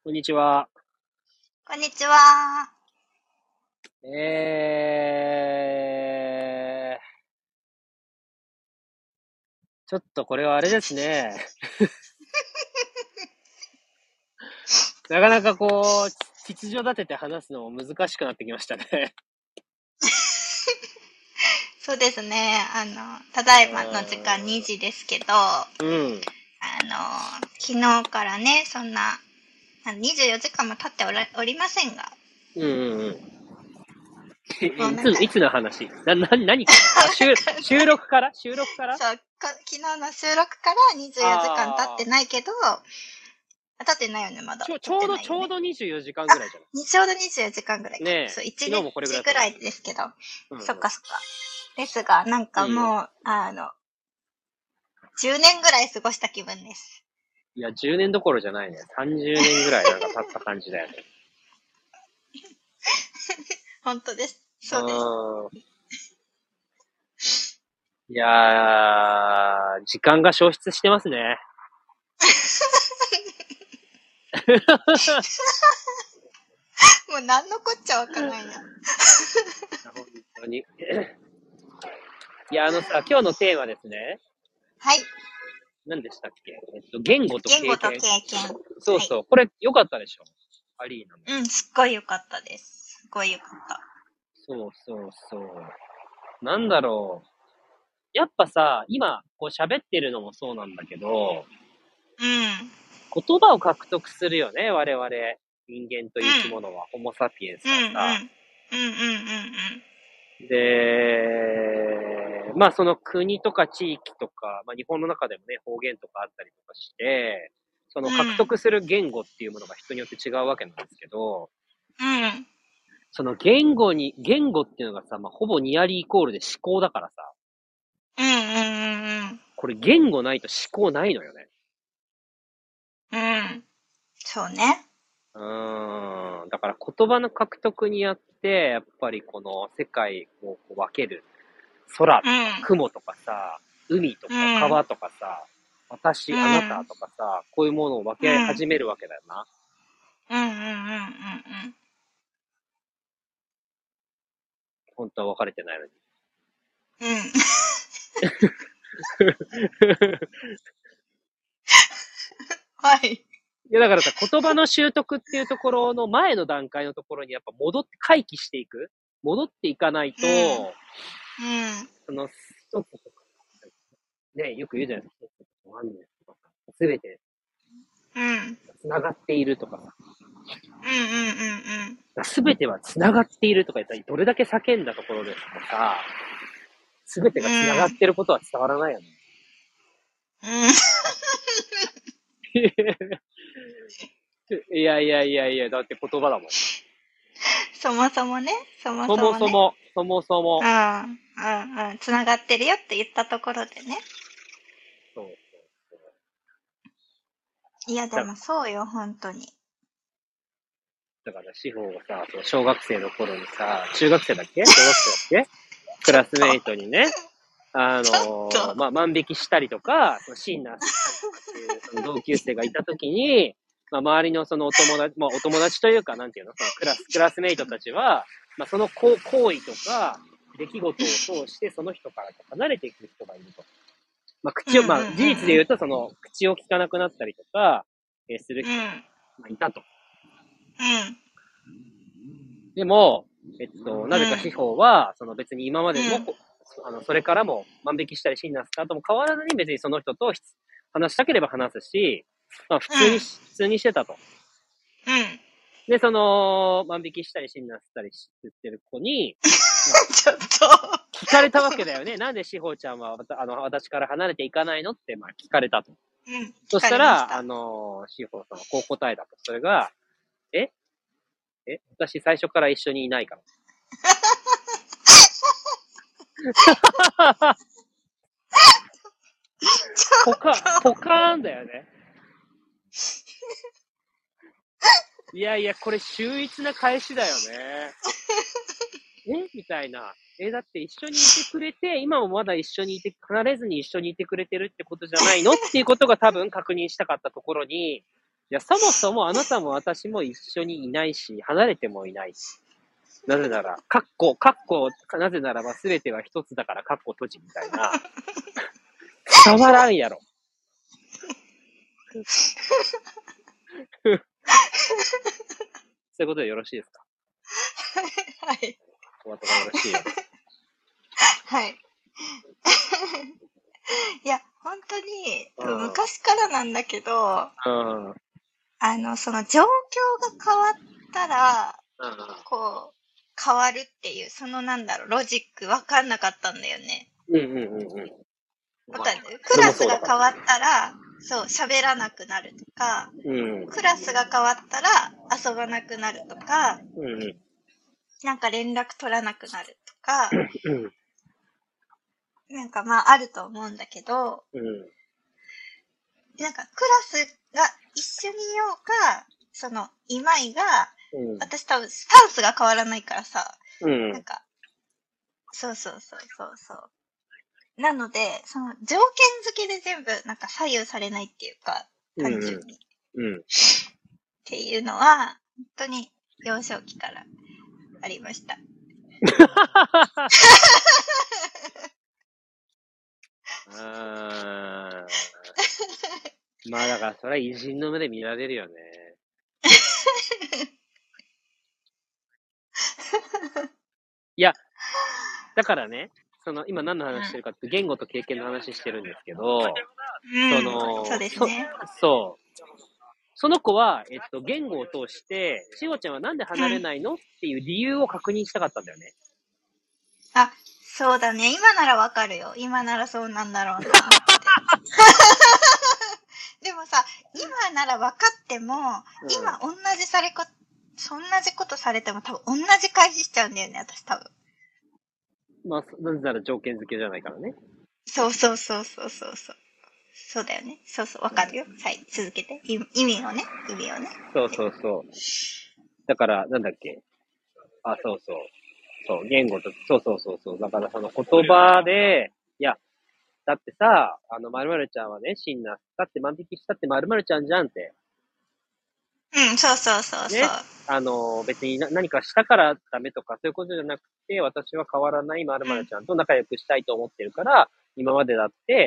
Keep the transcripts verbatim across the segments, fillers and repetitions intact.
こんにちは。 こんにちは。 えー、ちょっとこれはあれですね。なかなかこう、秩序立てて話すのも難しくなってきましたね。 そうですね。あの、ただいまの時間うにじですけど、あーん。うん。 の、昨日からね、そんな、あにじゅうよじかんも経っておらおりませんが、 うんうんうん。え、いつの、 もうなんか、 いつの話な、な、何からあ、収、収録から収録からそう、こ昨日の収録からにじゅうよじかん経ってああないけど、経ってないよね、まだ。 ー、ちょ、ち経っょうど、 てないよね。 ちょうどにじゅうよじかんぐらいじゃなにちょうどにじゅうよじかんぐらいい。 か。 ねえ。 そう、1 昨日もこれぐらいだったもんね。 日ぐらいですけど。 うんうん。 そっかそっか。ですが、なんかいいよ。 もう、あの、じゅうねんぐらい過ごした気分です。 いや、じゅうねんどころじゃないね。さんじゅうねんぐらいなんか経った感じだよね。 本当です。 うそうです。 ーん。いやー、時間が消失してますね。 もう何のこっちゃわかんないや。 本当に。いや、あのさ、今日のテーマですね。 はい。 何でしたっけえっと、言語と言語と経験。 経験。はい。 そうそう。これ、良かったでしょアリーナの。 うん、すっごい良かったです。すっごい良かった。 そうそうそう。なんだろう。やっぱさ、今、こう喋ってるのもそうなんだけど、 うん。 言葉を獲得するよね、我々。人間という生きうん。 物は、ホモサピエンスうん。うん。 はさ。 うん。うん。うん。 で、まあその国とか地域とか、まあ日本の中でもね、方言とかあったりとかして、その獲うん。 得する言語っていうものが人によって違うわけなんですけど、 うん。 その言語に、言語っていうのがさ、まあほぼニアリーイコールで思考だからさ、 うん。うん。うん。 これ言語ないと思考ないのよね。 うん。そうね。 うーん。だから言葉の獲得によって、やっぱりこの世界をこう分ける空とかうん。 雲とかさ、海とかうん。 川とかさ、私、あなたうん。 とかさ、こういうものを分うん。うん。 け始めるわけだよな。 うん。うん。うん。 本当は分かれてないのに。 うん。はい。 いやだからさ、言葉の習得っていうところの前の段階のところにやっぱ戻って回帰していく。戻っていかないうん。 と、 うん。 その、一つとか、ね、よく言うじゃないですか。一つとか万年とか、すべてうん。 繋がっているとかさ、 うん。うん。うん。 すべては繋がっているとか言ったら、どれだけ叫んだところでもさ、すべてが繋がっていることは伝わらないよね。 うん。 いやいやいやいや、だって言葉だもん。 そもそもね、そもそそもね。 もそも、そもそも。 うん、うん、うん。つながってるよって言ったところでね。 そういや、でだ、 もそうよ、本当に。 だから、志保がさ、その小学生の頃にさ、中学生だっけ小学生だっけクちょっラスメイと、 トにね、あちょっのーまと。 あ、万引きしたりとか、そのシンナーしたりとかっていう、その同級生がいたときに、まあ、周りのそのお友達、まあ、お友達というか、なんていうの、そのクラス、クラスメイトたちは、まあ、その行為とか、出来事を通して、その人から離れていく人がいると。まあ、口を、 うん、うん、うん、 まあ、事実で言うと、その、口を聞かなくなったりとか、えーするうん。う人が、 ん、 まあ、いたと。 うん、 でも、えっと、なぜか司うん、 法は、その別に今までも、 うん、 あの、それからも万引きしたりシンナーした後も変わらずに別にその人と話したければ話すし、まあ普通に、普通にしてたと。 うん。 で、その、万引きしたりシンナーしたりしてる子に、まあ、 ちょっと。 聞かれたわけだよね。なんで司法ちゃんは、あの、私から離れていかないのって、まあ聞かれたと。 うん、 そ聞かしたら、あれました。 の、司法さんはこう答えたと。それが、ええ私最初から一緒にいないから。ポカ、ポカーンだよね。いやいや、これ秀逸な返しだよね。えみたいな。え、だって一緒にいてくれて、今もまだ一緒にいて、離れずに一緒にいてくれてるってことじゃないのっていうことが多分確認したかったところに、 や、そもそもあなたも私も一緒にいないし、離れてもいないし。なぜなら、かっこ、かっこ、なぜならば全ては一つだから、かっこ閉じみたいな。伝わらんやろ。そういうことでよろしいですか？ はい。 お後がよろしいよ。 はい。いや、本当に、 うん昔からなんだけど、 うん。うん。 あの、その状況が変わったら、 うんこう、変わるっていう、そのなんだろう、ロジックわかんなかったんだよね。 うんうんうんうん。 わかる？クそれラスもそうだから。 が変わったら、そう、喋らなくなるとか、 うん。 クラスが変わったら遊ばなくなるとか、 うんうん。 なんか連絡取らなくなるとか、 うんなんかまああると思うんだけど、 うんなんかクラスが一緒にいようか、その、いまいが、 うん私多分スタンスが変わらないからさ、 うんなんか、そうそうそうそうそう。なので、その条件付けで全部なんか左右されないっていうか、単純に。っうん。 ていうのは、本当に幼少期からありました。 あーまあだからそれは偉人の目で見られるよね。いや、だからね、その今何の話してるかって言語と経験の話してるんですけど、 うん、 そうん、 の、 そうですそ、 ね。 そう。その子は、えっと、言語を通して、しおちゃんはなんで離れうん。 ないのっていう理由を確認したかったんだよね。 あ、そうだね。今ならわかるよ。今ならそうなんだろうなって。でもさ、今なら分かっても、 うん今同じされこ、同じことされても多分同じ返ししちゃうんだよね、私多分。 まあ、なぜなら条件付けじゃないからね。 そうそうそうそうそうそう。そうだよね。そうそう、わかるよ。はい、続けて。い意味をね、意味をね。 そうそうそう。だから、なんだっけ。あ、そうそう。そう、言語と、そうそうそうそう。だからその言葉で、いや、だってさ、あの、〇〇ちゃんはね、シンナー、だって万引きしたって〇〇ちゃんじゃんって。 うん、そうそうそうそう。 ね。あの、別にな何かしたからダメとかそういうことじゃなくて、私は変わらない〇〇ちゃんと仲良くしたいと思ってるから、今までだって、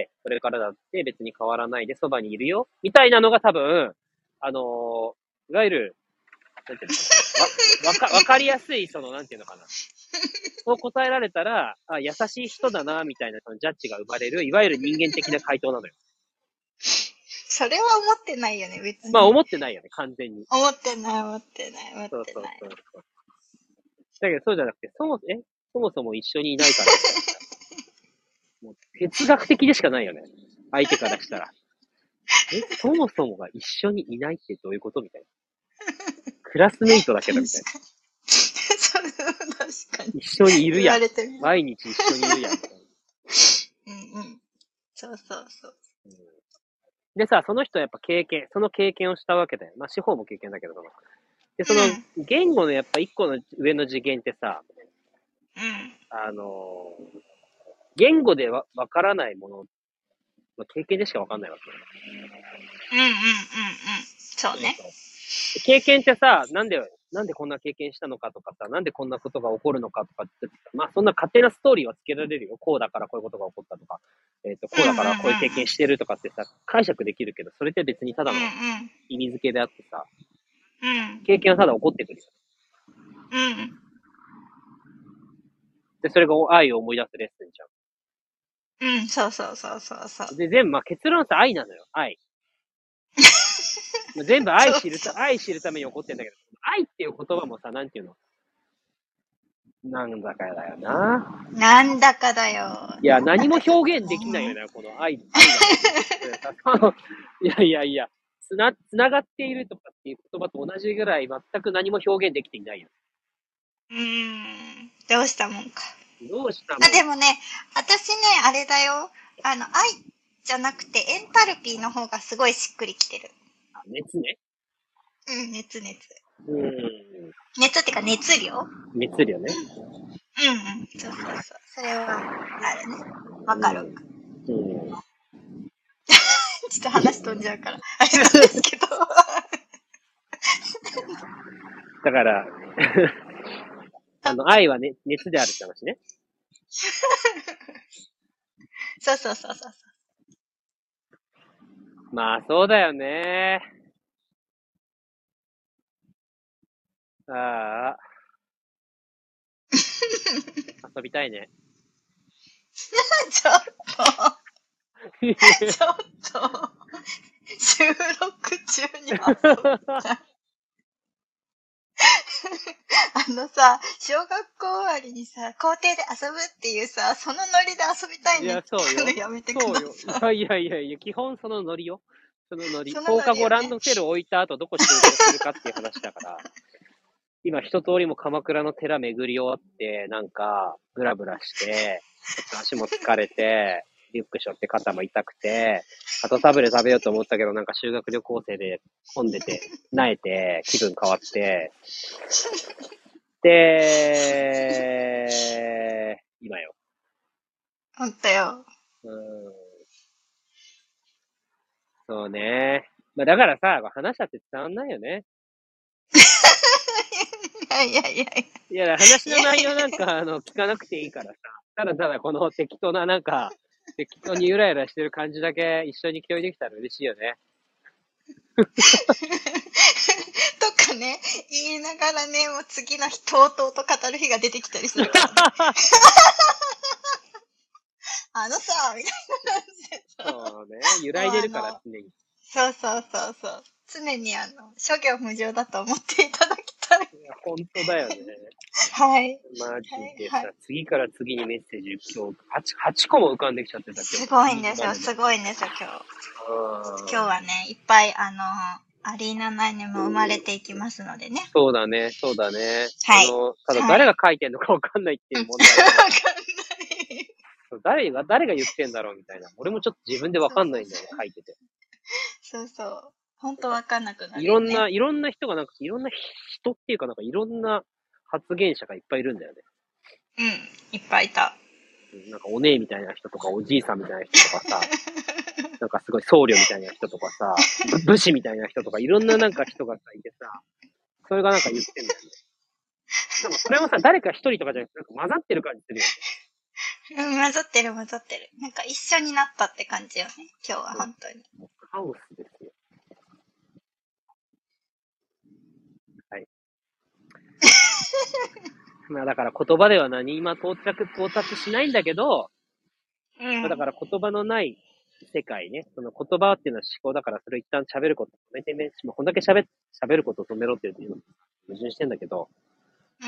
これからだって別に変わらないでそばにいるよ。みたいなのが多分、あの、いわゆる、なんていうのかな。わ、わか、わかりやすい、その、なんていうのかな。そう答えられたら、あ、優しい人だな、みたいな、そのジャッジが生まれる、いわゆる人間的な回答なのよ。 それは思ってないよね、別に。 まあ、思ってないよね、完全に。 思ってない、思ってない、思そうそうってない。 そうそう。だけど、そうじゃなくて、そも、え、そもそも一緒にいないからみたいな。もう哲学的でしかないよね。相手からしたら。え、そもそもが一緒にいないってどういうことみたいな。クラスメイトだけどみたいな。 それは確かに。 一緒にいるやん。 言われてみる。 毎日一緒にいるやん。みたいな。 うんうん。そうそうそう。 うんでさ、その人はやっぱ経験、その経験をしたわけだよ。まあ、司法も経験だけど、その。で、そのうん、 言語のやっぱ一個の上の次元ってさ、 うん。 あのー言語でわわからないものの経験でしかわかんないわけよ。 うんうんうんうん。そうね。 で経験ってさ、なんで、なんでこんな経験したのかとかさ、なんでこんなことが起こるのかとかって、まあそんな勝手なストーリーはつけられるよ。こうだからこういうことが起こったとか、えっ、と、こうだからこういう経験してるとかってさ、解釈できるけど、それって別にただのうんうん。 意味付けであってさ、 うん経験はただ起こってくるよ。 うん。 で、それが愛を思い出すレッスンじゃうん、そうそうそうそうそう。 ん。で、全部、まあ結論さ、愛なのよ。愛。全部愛知るた、愛知るために起こってんだけど、愛っていう言葉もさ、なんていうのなんだかだよな。 なんだかだよ。 いや、何も表現できないよね、この愛、愛が。いやいやいや、つな、つながっているとかっていう言葉と同じぐらい全く何も表現できていないよ。 うーん。どうしたもんか。 どうしたもあ、 ん。 でもね、私ね、あれだよ。あの、愛じゃなくてエンタルピーの方がすごいしっくりきてる。 あ、熱ね。 うん、熱熱。 うん。 熱ってか熱量。 熱量ね。 うんうん。そうそうそう。それは、あるね。わかる。 うん。うん。 ちょっと話飛んじゃうから、あれなんですけど。 だから、あの、愛はね、熱であるって話ね。 そうそうそうそう。 まあ、そうだよね。ああ、遊びたいね。 ちょっと、ちょっと、収録中に遊びたい。あのさ、小学校終わりにさ、校庭で遊ぶっていうさ、そのノリで遊びたいいや、 ねってそうよ。 言うのやめてくだそうよ。 さい。 いやいやいやいや、基本そのノリよ。そのノリ。 その放課後ノリよね。 ランドセル置いた後どこ集合するかっていう話だから。今一通りも鎌倉の寺巡り終わって、なんか、ブラブラして、ちょっと足も疲れて、リュック背負って肩も痛くて、鳩サブレ食べようと思ったけど、なんか修学旅行生で混んでて、萎えて、気分変わって、で、今よ。 ほんとよ。 うん、そうね。まあだからさ、話したって伝わんないよね。 いやいやいやいいや、話や。 の内容なんか、あの、聞かなくていいからさ。ただただこの適当な、なんか、適当にゆらゆらしてる感じだけ一緒に共有できたら嬉しいよね。 とかね、言いながらね、もう次の日、とうとうと語る日が出てきたりするから、ね。あのさ、みたいな感じでさ。 そうね。揺らいでるから常に。 そうそうそうそう。常にあの、諸行無常だと思っていただきたい。 いや、本当だよね。 はい。 マジでさ、 はいはい、 次から次にメッセージ今日はち、はち個も浮かんできちゃってた、今日。 すごいんですよ、すごいんですよ、今日。今日はね、いっぱいあの、アリーナ内にも生まれていきますのでね。 そうだね、そうだね。 はい。 あの、ただ誰が書いてんのかわかんないっていう問題。 わかんない。 誰が、誰が言ってんだろうみたいな。俺もちょっと自分でわかんないんだよね、書いてて。 そうそう。ほんとわかんなくなるいよね。 ろんな、いろんな人がなんか、いろんな人っていうかなんかいろんな発言者がいっぱいいるんだよね。 うん、いっぱいいた。 なんかお姉みたいな人とかおじいさんみたいな人とかさ、なんかすごい僧侶みたいな人とかさ、武士みたいな人とかいろんななんか人がさ、いてさ、それがなんか言ってんだよね。でもそれもさ、誰か一人とかじゃなくて、なんか混ざってる感じするよね。うん、混ざってる混ざってる。なんか一緒になったって感じよね。今日は本当に。 もうカオスですよ。はい。まあだから言葉では何今到着、到達しないんだけど、 うん。 まあ、だから言葉のない世界ね。その言葉っていうのは思考だからそれ一旦喋ること止めてめ、まあ、こんだけ喋、喋ることを止めろっていうの矛盾してんだけど、 うん。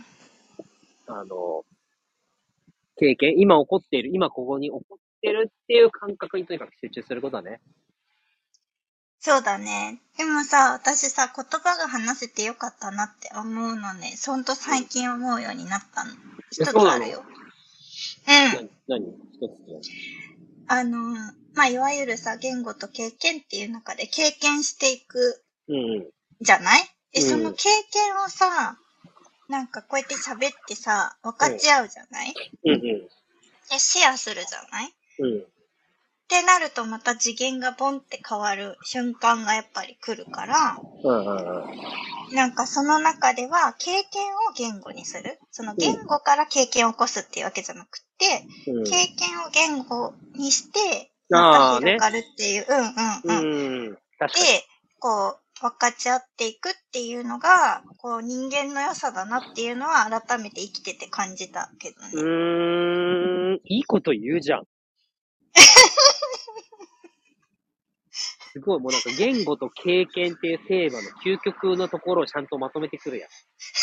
あの、経験、今起こっている、今ここに起こってるっていう感覚にとにかく集中することだね。 そうだね。でもさ、私さ、言葉が話せてよかったなって思うのね、ほんと最近思うようになったの。一つあるよ。うん。 何何一つあの、まあ、いわゆるさ、言語と経験っていう中で経験していくうん。 じゃないで、 うんその経験をさ、なんかこうやって喋ってさ、分かち合うじゃない、 うんうん。 で、シェアするじゃないっうん。 てなるとまた次元がボンって変わる瞬間がやっぱり来るから、 うんうんうん。 なんかその中では経験を言語にする。その言語から経験を起こすっていうわけじゃなくて、 うん、 経験を言語にして、また広がるっていう、うんうんうん。 うん。確かに。 で、こう、分かち合っていくっていうのが、こう、人間の良さだなっていうのは改めて生きてて感じたけどね。 うーん。いいこと言うじゃん。すごい、もうなんか言語と経験っていうテーマの究極のところをちゃんとまとめてくるやん。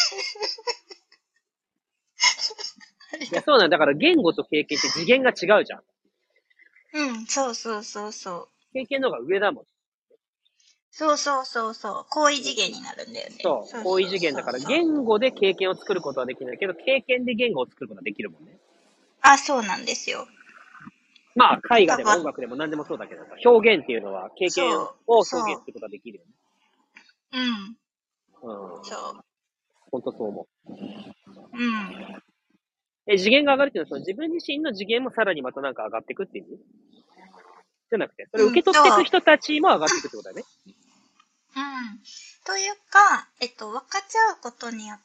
いや、そうなんだ。から言語と経験って次元が違うじゃん。 うん、そうそうそうそう。 経験の方が上だもん。 そうそうそうそう。行為次元になるんだよね。 そう。行為次元だから、言語で経験を作ることはできないけど、経験で言語を作ることはできるもんね。 あ、そうなんですよ。 まあ、絵画でも音楽でも何でもそうだけどさ、表現っていうのは経験を表現することはできるよね。 うん。 うん。 そう。 ほんとそう思う。 うん。 え、次元が上がるっていうのは、その自分自身の次元もさらにまたなんか上がっていくっていう意味じゃなくて、それを受け取っていく人たちも上がっていくってことだよね。 というか、えっと、分かち合うことによって、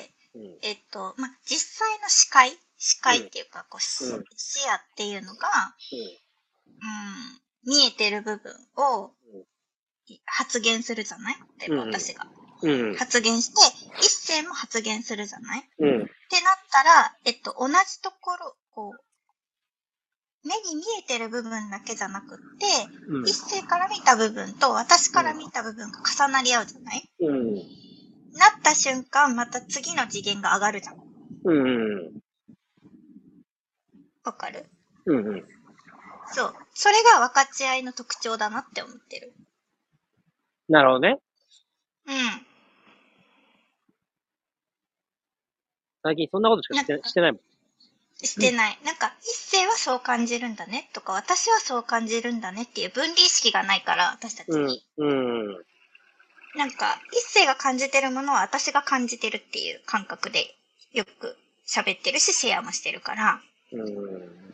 うん。 えっと、まあ、実際の視界視界っていうか、こう、視うん。 視野っていうのが、 うん。 うん、見えてる部分をうん発言するじゃない例えば私が。 うん。 発言して、一斉も発言するじゃないっうん。 てなったら、えっと、同じところ、こう、目に見えてる部分だけじゃなくって、 うん。 一斉から見た部分と私から見た部分が重なり合うじゃないうん。 なった瞬間、また次の次元が上がるじゃん。 うん。 わかるうん。うん。 そう。それが分かち合いの特徴だなって思ってる。 なるほどね。 うん。 最近そんなことしかしてしてないもん。 してない。なんか、一斉はそう感じるんだねとか、私はそう感じるんだねっていう分離意識がないから、私たちに。 うん。うん。 なんか、一斉が感じてるものは私が感じてるっていう感覚でよく喋ってるし、シェアもしてるから。 うん。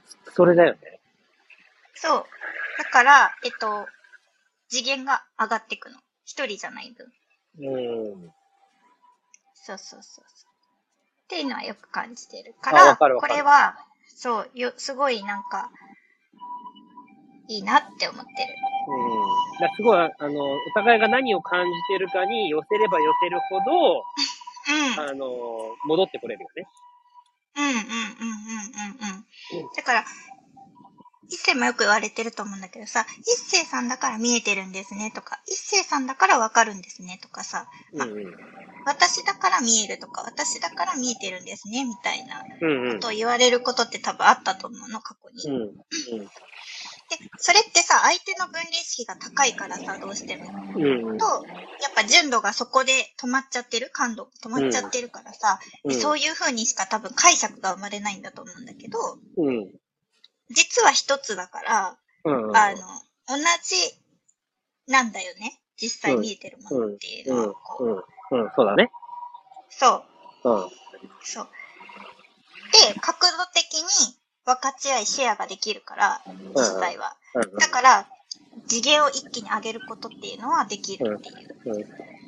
それだよね。 そう。だから、えっと、次元が上がっていくの。一人じゃない分。 うん。 そうそうそうそう。っていうのはよく感じてるかあ、わら、こかるわかる。 れは、そう、よ、すごいなんか、いいなって思ってる。 うん。だすごい、あの、お互いが何を感じてるかに寄せれば寄せるほど、 うん。 あの、戻ってこれるよね。 うんうんうんうんうんうん。だから、一星もよく言われてると思うんだけどさ、一星さんだから見えてるんですねとか、一星さんだからわかるんですねとかさ、まあ、 うんうん。 私だから見えるとか、私だから見えてるんですねみたいなうんうん。 ことを言われることって多分あったと思うの、過去に。 うん。うん。 で、それってさ、相手の分離意識が高いからさ、どうしても。 うん。 と、やっぱ純度がそこで止まっちゃってる、感度止まっちゃってるからさ、 うん。 そういう風にしか多分解釈が生まれないんだと思うんだけど、 うん。 実は一つだから、 うん。 あの、同じなんだよね。実際見えてるものっていうのは、こう。 うん。うん。そうだね。 そう。 うん。 そう。で、角度的に分かち合いシェアができるから、実際は。 うん。 だから、次元を一気に上げることっていうのはできるっていう。 うん。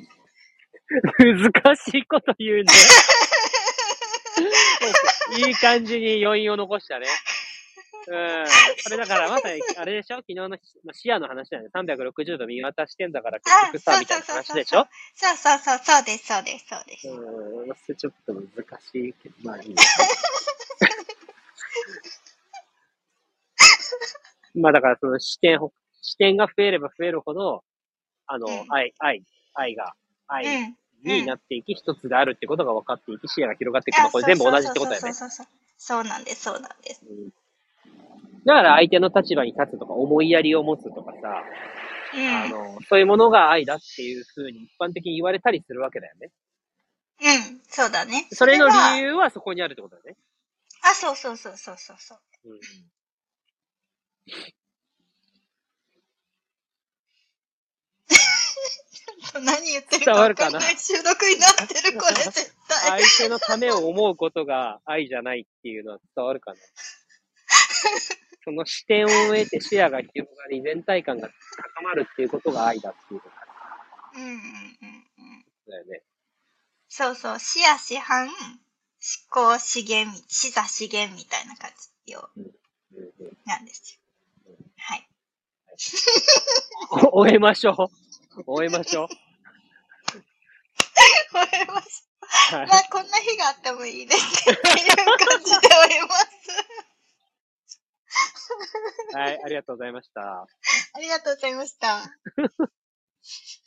難しいこと言うね。いい感じに余韻を残したね。うん。これだからまさに、あれでしょ昨日の視野の話だよね。さんびゃくろくじゅうど見渡してんだから結局さ、みたいな話でしょそうそうそう、そうです、そうです、そうです。 うん。それちょっと難しいけど、まあいいね。まあだからその視点、視点が増えれば増えるほど、あの、うん、愛、愛、愛が、愛になっていき、一つであるってことが分かっていき、視野が広がっていくのは、これ全部同じってことだよね。 そうそうそうそう。そうなんです、そうなんです。 うん、だから相手の立場に立つとか、思いやりを持つとかさ、うん、あの、そういうものが愛だっていうふうに一般的に言われたりするわけだよね。 うん、そうだね。 それの理由はそこにあるってことだよね。 あ、そうそうそうそうそうそう。うん何言ってるか分かんない収録になってる、これ絶対。 相手のためを思うことが愛じゃないっていうのは伝わるかな。その視点を得て視野が広がり、全体感が高まるっていうことが愛だっていうことだ。 うんうんうんうん。 だよね。 そうそう、視野師範、思考資源、視座資源みたいな感じよ。うんうんうん、なんですよ。はい。 終えましょう。終えましょう。 終えましょう。はい、まあ、こんな日があってもいいですっていう感じで終えます。 はい、ありがとうございました。 ありがとうございました。